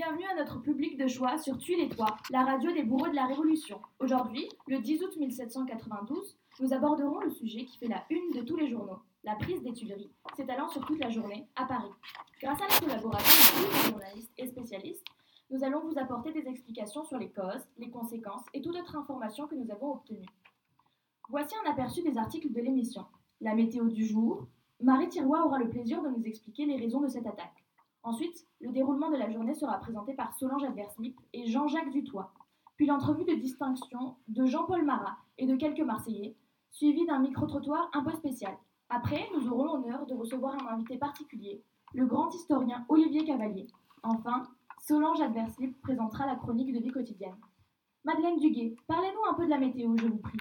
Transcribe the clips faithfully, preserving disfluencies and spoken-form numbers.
Bienvenue à notre public de choix sur Tuile et Toi, la radio des bourreaux de la Révolution. Aujourd'hui, le dix août mille sept cent quatre-vingt-douze, nous aborderons le sujet qui fait la une de tous les journaux, la prise des Tuileries, s'étalant sur toute la journée à Paris. Grâce à la collaboration de tous les journalistes et spécialistes, nous allons vous apporter des explications sur les causes, les conséquences et toute autre information que nous avons obtenue. Voici un aperçu des articles de l'émission. La météo du jour. Marie Thirois aura le plaisir de nous expliquer les raisons de cette attaque. Ensuite, le déroulement de la journée sera présenté par Solange Adverslip et Jean-Jacques Dutoit, puis l'entrevue de distinction de Jean-Paul Marat et de quelques Marseillais, suivie d'un micro-trottoir un peu spécial. Après, nous aurons l'honneur de recevoir un invité particulier, le grand historien Olivier Cavalier. Enfin, Solange Adverslip présentera la chronique de vie quotidienne. Madeleine Duguet, parlez-nous un peu de la météo, je vous prie.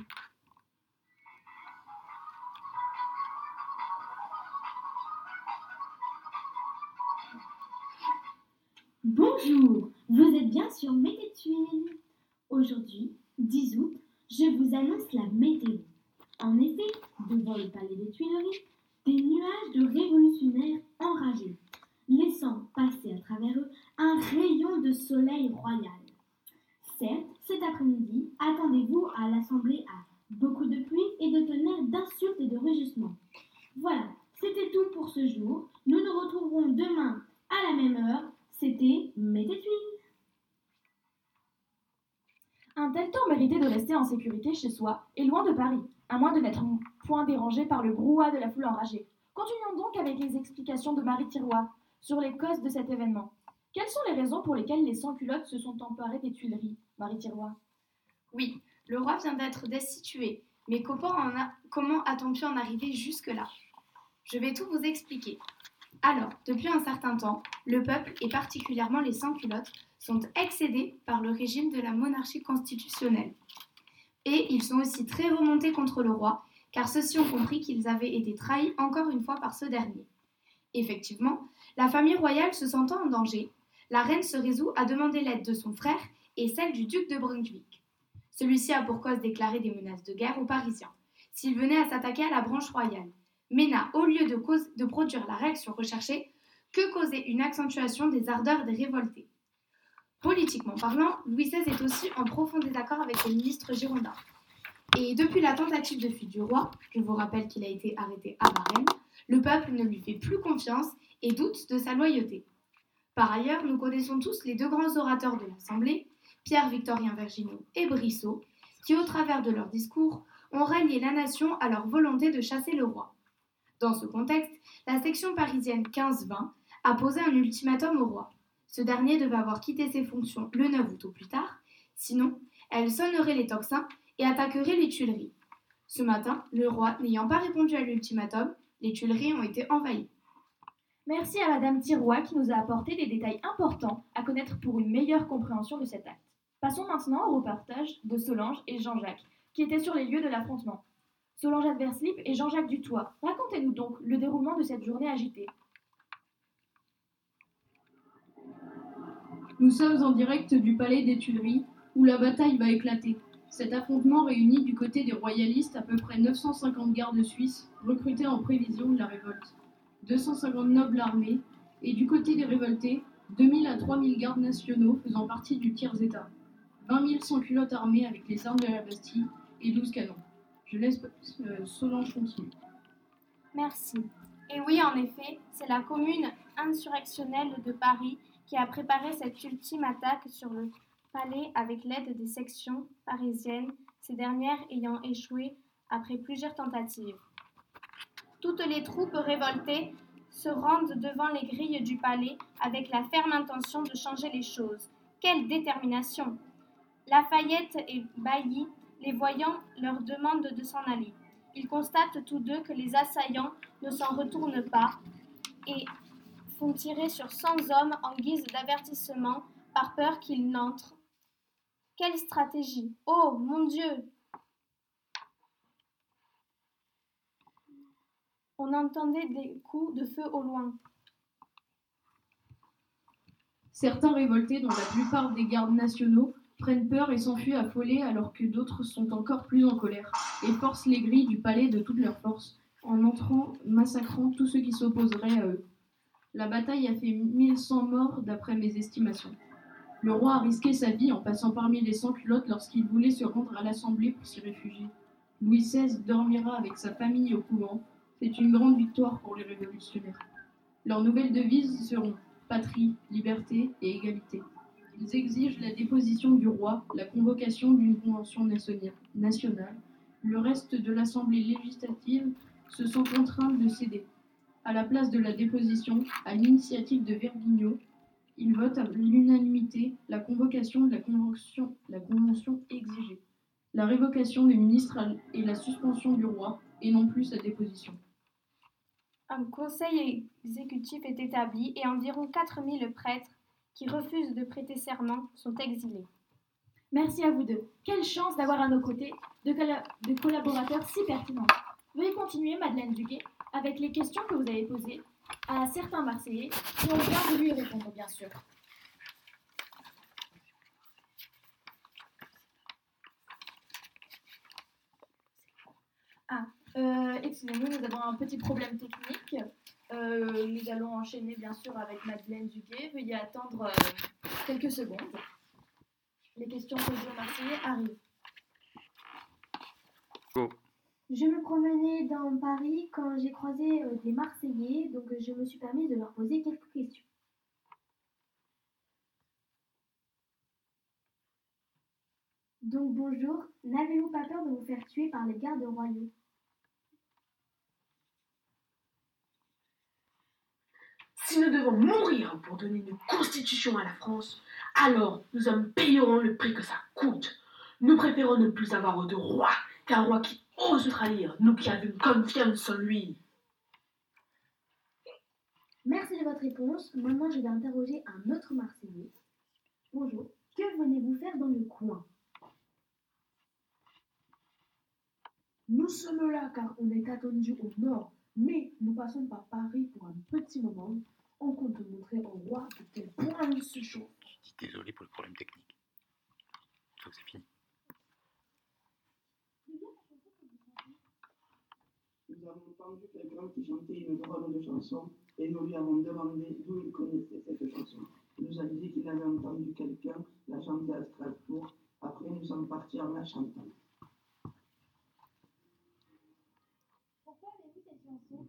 Bonjour, vous êtes bien sur Mététuile. Aujourd'hui, dix août, je vous annonce la météo. En effet, devant le palais des Tuileries, des nuages de révolutionnaires enragés, laissant passer à travers eux un rayon de soleil royal. Certes, cet après-midi, attendez-vous à l'Assemblée à beaucoup de pluie et de tonnerre, d'insultes et de rugissements. Voilà, c'était tout pour ce jour. Nous nous retrouverons demain à la même heure. C'était Mététuile. Un tel temps méritait de rester en sécurité chez soi et loin de Paris, à moins de n'être point dérangé par le brouhaha de la foule enragée. Continuons donc avec les explications de Marie Thirois sur les causes de cet événement. Quelles sont les raisons pour lesquelles les sans-culottes se sont emparés des Tuileries, Marie Thirois? Oui, le roi vient d'être destitué, mais a... comment a-t-on pu en arriver jusque-là? Je vais tout vous expliquer. Alors, depuis un certain temps, le peuple, et particulièrement les sans-culottes, sont excédés par le régime de la monarchie constitutionnelle. Et ils sont aussi très remontés contre le roi, car ceux-ci ont compris qu'ils avaient été trahis encore une fois par ce dernier. Effectivement, la famille royale se sentant en danger, la reine se résout à demander l'aide de son frère et celle du duc de Brunswick. Celui-ci a pour cause déclaré des menaces de guerre aux Parisiens, s'ils venaient à s'attaquer à la branche royale, mais n'a, au lieu de, cause, de produire la réaction recherchée, que causer une accentuation des ardeurs des révoltés. Politiquement parlant, Louis seize est aussi en profond désaccord avec les ministres girondins. Et depuis la tentative de fuite du roi, je vous rappelle qu'il a été arrêté à Varennes, le peuple ne lui fait plus confiance et doute de sa loyauté. Par ailleurs, nous connaissons tous les deux grands orateurs de l'Assemblée, Pierre-Victorien Vergniaud et Brissot, qui, au travers de leurs discours, ont rallié la nation à leur volonté de chasser le roi. Dans ce contexte, la section parisienne quinze vingt a posé un ultimatum au roi. Ce dernier devait avoir quitté ses fonctions le neuf août au plus tard, sinon, elle sonnerait les tocsins et attaquerait les Tuileries. Ce matin, le roi n'ayant pas répondu à l'ultimatum, les Tuileries ont été envahies. Merci à Madame Thirois qui nous a apporté des détails importants à connaître pour une meilleure compréhension de cet acte. Passons maintenant au reportage de Solange et Jean-Jacques, qui étaient sur les lieux de l'affrontement. Solange Adverslip et Jean-Jacques Dutoit, racontez-nous donc le déroulement de cette journée agitée. Nous sommes en direct du palais des Tuileries, où la bataille va éclater. Cet affrontement réunit du côté des royalistes à peu près neuf cent cinquante gardes suisses, recrutés en prévision de la révolte, deux cent cinquante nobles armés, et du côté des révoltés, deux mille à trois mille gardes nationaux faisant partie du tiers-état, vingt mille sans-culottes armés avec les armes de la Bastille et douze canons. Je laisse euh, Solange continuer. Merci. Et oui, en effet, c'est la commune insurrectionnelle de Paris qui a préparé cette ultime attaque sur le palais avec l'aide des sections parisiennes, ces dernières ayant échoué après plusieurs tentatives. Toutes les troupes révoltées se rendent devant les grilles du palais avec la ferme intention de changer les choses. Quelle détermination! Lafayette et Bailly, les voyants, leur demandent de s'en aller. Ils constatent tous deux que les assaillants ne s'en retournent pas et font tirer sur cent hommes en guise d'avertissement par peur qu'ils n'entrent. Quelle stratégie! Oh, mon Dieu! On entendait des coups de feu au loin. Certains révoltés, dont la plupart des gardes nationaux, prennent peur et s'enfuient affolés alors que d'autres sont encore plus en colère et forcent les grilles du palais de toute leur force en entrant, massacrant tous ceux qui s'opposeraient à eux. La bataille a fait mille cent morts d'après mes estimations. Le roi a risqué sa vie en passant parmi les sans-culottes lorsqu'il voulait se rendre à l'Assemblée pour s'y réfugier. Louis seize dormira avec sa famille au couvent. C'est une grande victoire pour les révolutionnaires. Leurs nouvelles devises seront patrie, liberté et égalité. Ils exigent la déposition du roi, la convocation d'une convention nationale. Le reste de l'Assemblée législative se sent contraint de céder. À la place de la déposition, à l'initiative de Vergniaud, il vote à l'unanimité la convocation de la convention, la convention exigée, la révocation des ministres et la suspension du roi, et non plus sa déposition. Un conseil exécutif est établi et environ quatre mille prêtres qui refusent de prêter serment sont exilés. Merci à vous deux. Quelle chance d'avoir à nos côtés de, colla- de collaborateurs si pertinents. Veuillez continuer, Madeleine Duguet, avec les questions que vous avez posées à certains Marseillais qui ont bien voulu y répondre, bien sûr. Ah, euh, excusez-nous, nous avons un petit problème technique. Euh, nous allons enchaîner, bien sûr, avec Madeleine Duguet. Veuillez attendre euh, quelques secondes. Les questions posées aux Marseillais arrivent. Go. Je me promenais dans Paris quand j'ai croisé euh, des Marseillais, donc euh, je me suis permis de leur poser quelques questions. Donc bonjour, n'avez-vous pas peur de vous faire tuer par les gardes royaux? Si nous devons mourir pour donner une constitution à la France, alors nous en payerons le prix que ça coûte. Nous préférons ne plus avoir de roi qu'un roi qui ose trahir, nous qui avons confiance en lui. Merci de votre réponse. Maintenant, je vais interroger un autre Marseillais. Bonjour, que venez-vous faire dans le coin? Nous sommes là car on est attendu au nord, mais nous passons par Paris pour un petit moment. On compte montrer au roi de quel point il se chauffe. Je dis désolé pour le problème technique. Je crois que c'est fini. Nous avons entendu quelqu'un qui chantait une drôle de chanson et nous lui avons demandé d'où il connaissait cette chanson. Il nous a dit qu'il avait entendu quelqu'un la chanter à Strasbourg. Après, nous sommes partis en la chantant. Pourquoi avez-vous cette chanson?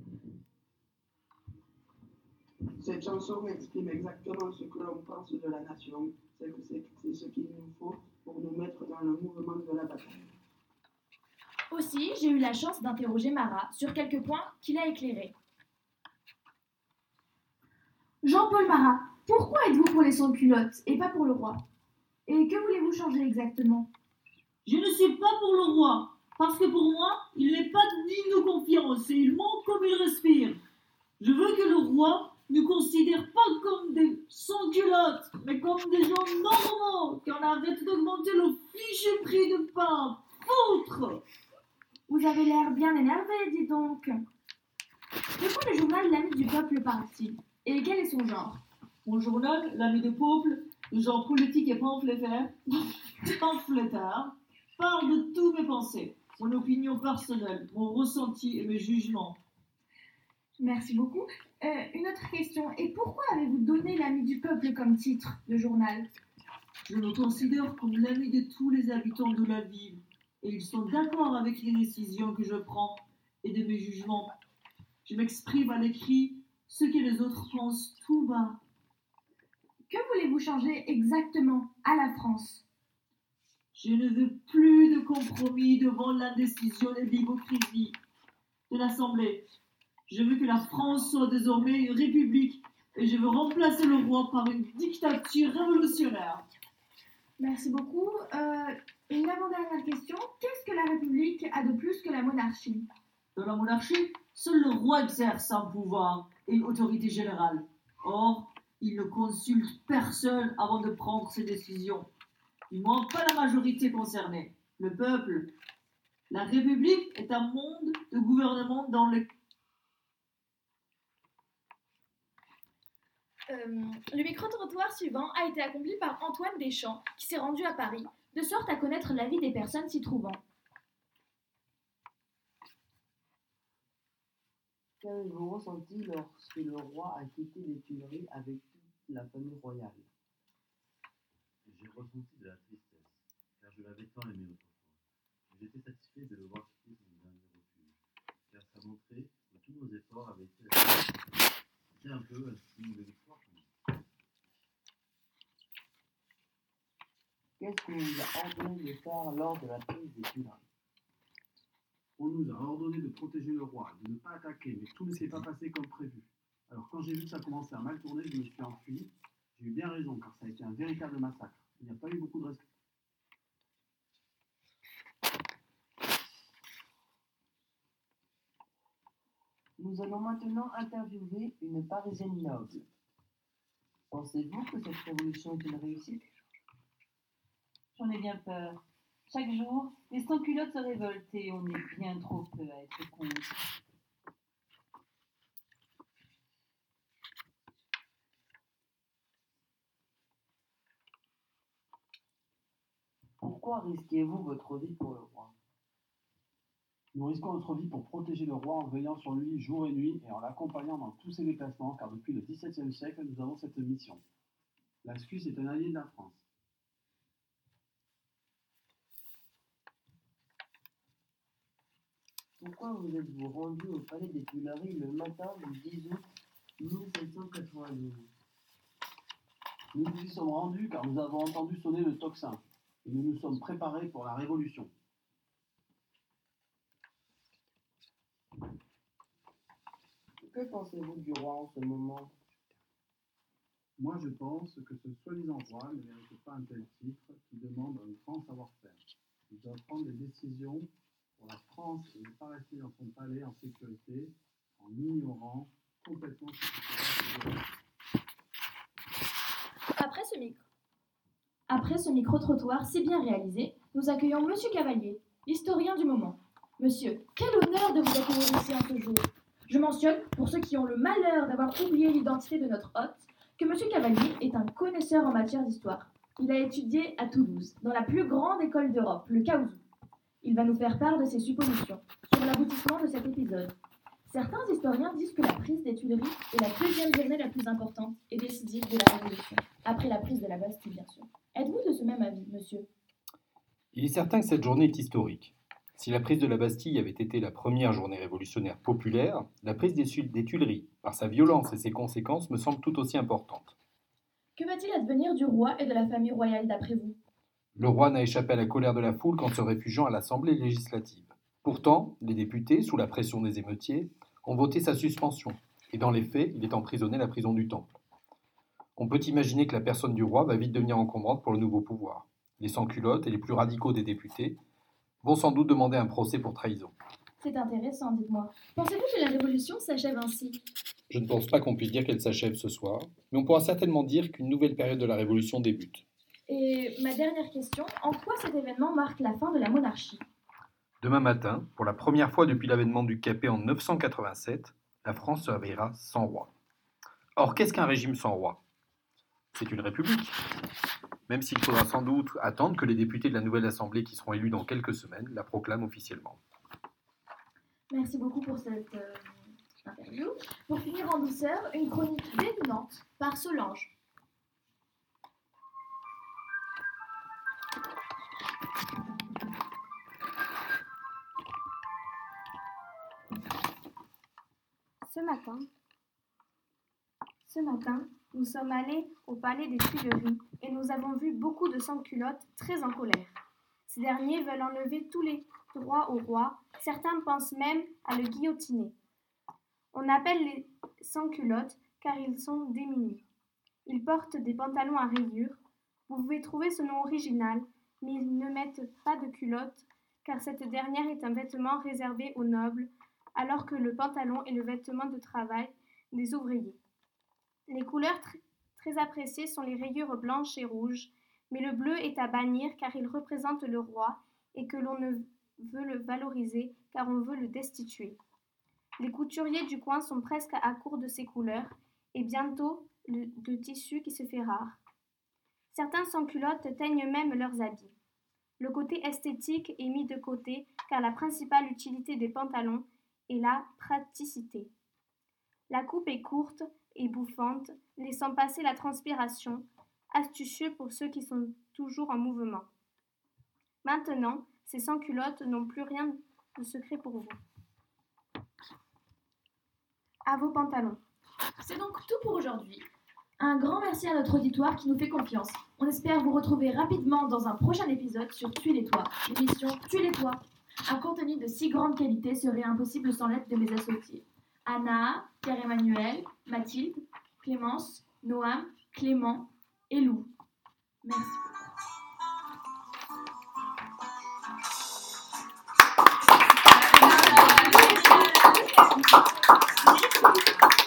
Cette chanson exprime exactement ce que l'on pense de la nation. C'est, que c'est, c'est ce qu'il nous faut pour nous mettre dans le mouvement de la bataille. Aussi, j'ai eu la chance d'interroger Marat sur quelques points qu'il a éclairés. Jean-Paul Marat, pourquoi êtes-vous pour les sans-culottes et pas pour le roi? Et que voulez-vous changer exactement? Je ne suis pas pour le roi, parce que pour moi, il n'est pas digne de confiance et il ment comme il respire. Je veux que le roi ne considère pas comme des sans-culottes, mais comme des gens normaux, qu'on arrête d'augmenter le fichu prix de pain. Foutre! Vous avez l'air bien énervé, dis donc. De quoi le journal L'Ami du Peuple parle-t-il? Et quel est son genre? Mon journal, L'Ami du Peuple, le genre politique et pamphlétaire, pamphlétaire, parle de tous mes pensées, mon opinion personnelle, mon ressenti et mes jugements. Merci beaucoup. Euh, une autre question. Et pourquoi avez-vous donné L'Ami du Peuple comme titre de journal? Je me considère comme l'ami de tous les habitants de la ville. Et ils sont d'accord avec les décisions que je prends et de mes jugements. Je m'exprime à l'écrit ce que les autres pensent tout bas. Que voulez-vous changer exactement à la France? Je ne veux plus de compromis devant l'indécision et l'hypocrisie de l'Assemblée. Je veux que la France soit désormais une république et je veux remplacer le roi par une dictature révolutionnaire. Merci beaucoup. Euh, une avant-dernière question. Qu'est-ce que la République a de plus que la monarchie? Dans la monarchie, seul le roi exerce un pouvoir et une autorité générale. Or, il ne consulte personne avant de prendre ses décisions. Du moins, pas la majorité concernée. Le peuple. La République est un monde de gouvernement dans le... Euh, le micro-trottoir suivant a été accompli par Antoine Deschamps, qui s'est rendu à Paris, de sorte à connaître l'avis des personnes s'y trouvant. Qu'avez-vous ressenti lorsque le roi a quitté les Tuileries avec toute la famille royale? j'ai ressenti de la tristesse, car je l'avais tant aimé autrefois. J'étais satisfait de le voir quitter son dernier refuge, car ça montrait que tous nos efforts avaient été accomplis. C'était un peu un signe de victoire pour nous. Qu'est-ce qu'on nous a ordonné de faire lors de la prise des Tuileries? On nous a ordonné de protéger le roi, de ne pas attaquer, mais tout ne s'est pas passé comme prévu. Alors quand j'ai vu que ça commençait à mal tourner, je me suis enfui. J'ai eu bien raison, car ça a été un véritable massacre. Il n'y a pas eu beaucoup de rescapés. Nous allons maintenant interviewer une Parisienne noble. Pensez-vous que cette révolution est une réussite? J'en ai bien peur. Chaque jour, les sans-culottes se révoltent et on est bien trop peu à être contre. Pourquoi risquez-vous votre vie pour le roi? Nous risquons notre vie pour protéger le roi en veillant sur lui jour et nuit et en l'accompagnant dans tous ses déplacements, car depuis le dix-septième siècle, nous avons cette mission. La Suisse est un allié de la France. Pourquoi vous êtes-vous rendu au palais des Tuileries le matin du dix août mille sept cent quatre-vingt-douze? Nous nous y sommes rendus car nous avons entendu sonner le tocsin et nous nous sommes préparés pour la Révolution. Que pensez-vous du roi en ce moment? Moi, je pense que ce soi-disant roi ne mérite pas un tel titre qui demande un grand savoir-faire. Il doit prendre des décisions pour la France et ne pas rester dans son palais en sécurité, en ignorant complètement ce qui se passe. Après ce micro. Après ce micro-trottoir si bien réalisé, nous accueillons Monsieur Cavalier, l'historien du moment. Monsieur, quel honneur de vous accueillir ici en ce jour. Je mentionne, pour ceux qui ont le malheur d'avoir oublié l'identité de notre hôte, que Monsieur Cavalier est un connaisseur en matière d'histoire. Il a étudié à Toulouse, dans la plus grande école d'Europe, le Caousou. Il va nous faire part de ses suppositions sur l'aboutissement de cet épisode. Certains historiens disent que la prise des Tuileries est la deuxième journée la plus importante et décisive de la Révolution, après la prise de la Bastille, bien sûr. Êtes-vous de ce même avis, monsieur? Il est certain que cette journée est historique. Si la prise de la Bastille avait été la première journée révolutionnaire populaire, la prise des, des Tuileries, par sa violence et ses conséquences, me semble tout aussi importante. Que va-t-il advenir du roi et de la famille royale d'après vous? Le roi n'a échappé à la colère de la foule qu'en se réfugiant à l'Assemblée législative. Pourtant, les députés, sous la pression des émeutiers, ont voté sa suspension, et dans les faits, il est emprisonné à la prison du Temple. On peut imaginer que la personne du roi va vite devenir encombrante pour le nouveau pouvoir. Les sans-culottes et les plus radicaux des députés vont sans doute demander un procès pour trahison. C'est intéressant, dites-moi. Pensez-vous que la Révolution s'achève ainsi? Je ne pense pas qu'on puisse dire qu'elle s'achève ce soir, mais on pourra certainement dire qu'une nouvelle période de la Révolution débute. Et ma dernière question, en quoi cet événement marque la fin de la monarchie? Demain matin, pour la première fois depuis l'avènement du Capet en neuf cent quatre-vingt-sept, la France se réveillera sans roi. Or, qu'est-ce qu'un régime sans roi? C'est une république. Même s'il faudra sans doute attendre que les députés de la nouvelle Assemblée qui seront élus dans quelques semaines la proclament officiellement. Merci beaucoup pour cette euh, interview. Pour finir en douceur, une chronique dénouante par Solange. Ce matin, ce matin, nous sommes allés au palais des Tuileries et nous avons vu beaucoup de sans-culottes très en colère. Ces derniers veulent enlever tous les droits au roi, certains pensent même à le guillotiner. On appelle les sans-culottes car ils sont démunis. Ils portent des pantalons à rayures. Vous pouvez trouver ce nom original, mais ils ne mettent pas de culotte car cette dernière est un vêtement réservé aux nobles, alors que le pantalon est le vêtement de travail des ouvriers. Les couleurs tr- très appréciées sont les rayures blanches et rouges, mais le bleu est à bannir car il représente le roi et que l'on ne veut le valoriser car on veut le destituer. Les couturiers du coin sont presque à court de ces couleurs et bientôt le, de tissu qui se fait rare. Certains sans-culottes teignent même leurs habits. Le côté esthétique est mis de côté car la principale utilité des pantalons est la praticité. La coupe est courte et bouffante, laissant passer la transpiration, astucieux pour ceux qui sont toujours en mouvement. Maintenant, ces sans-culottes n'ont plus rien de secret pour vous. À vos pantalons. C'est donc tout pour aujourd'hui. Un grand merci à notre auditoire qui nous fait confiance. On espère vous retrouver rapidement dans un prochain épisode sur Tu les toits, l'émission Tu les toits. Un contenu de si grande qualité serait impossible sans l'aide de mes associés. Anna, Pierre-Emmanuel, Mathilde, Clémence, Noam, Clément et Lou. Merci.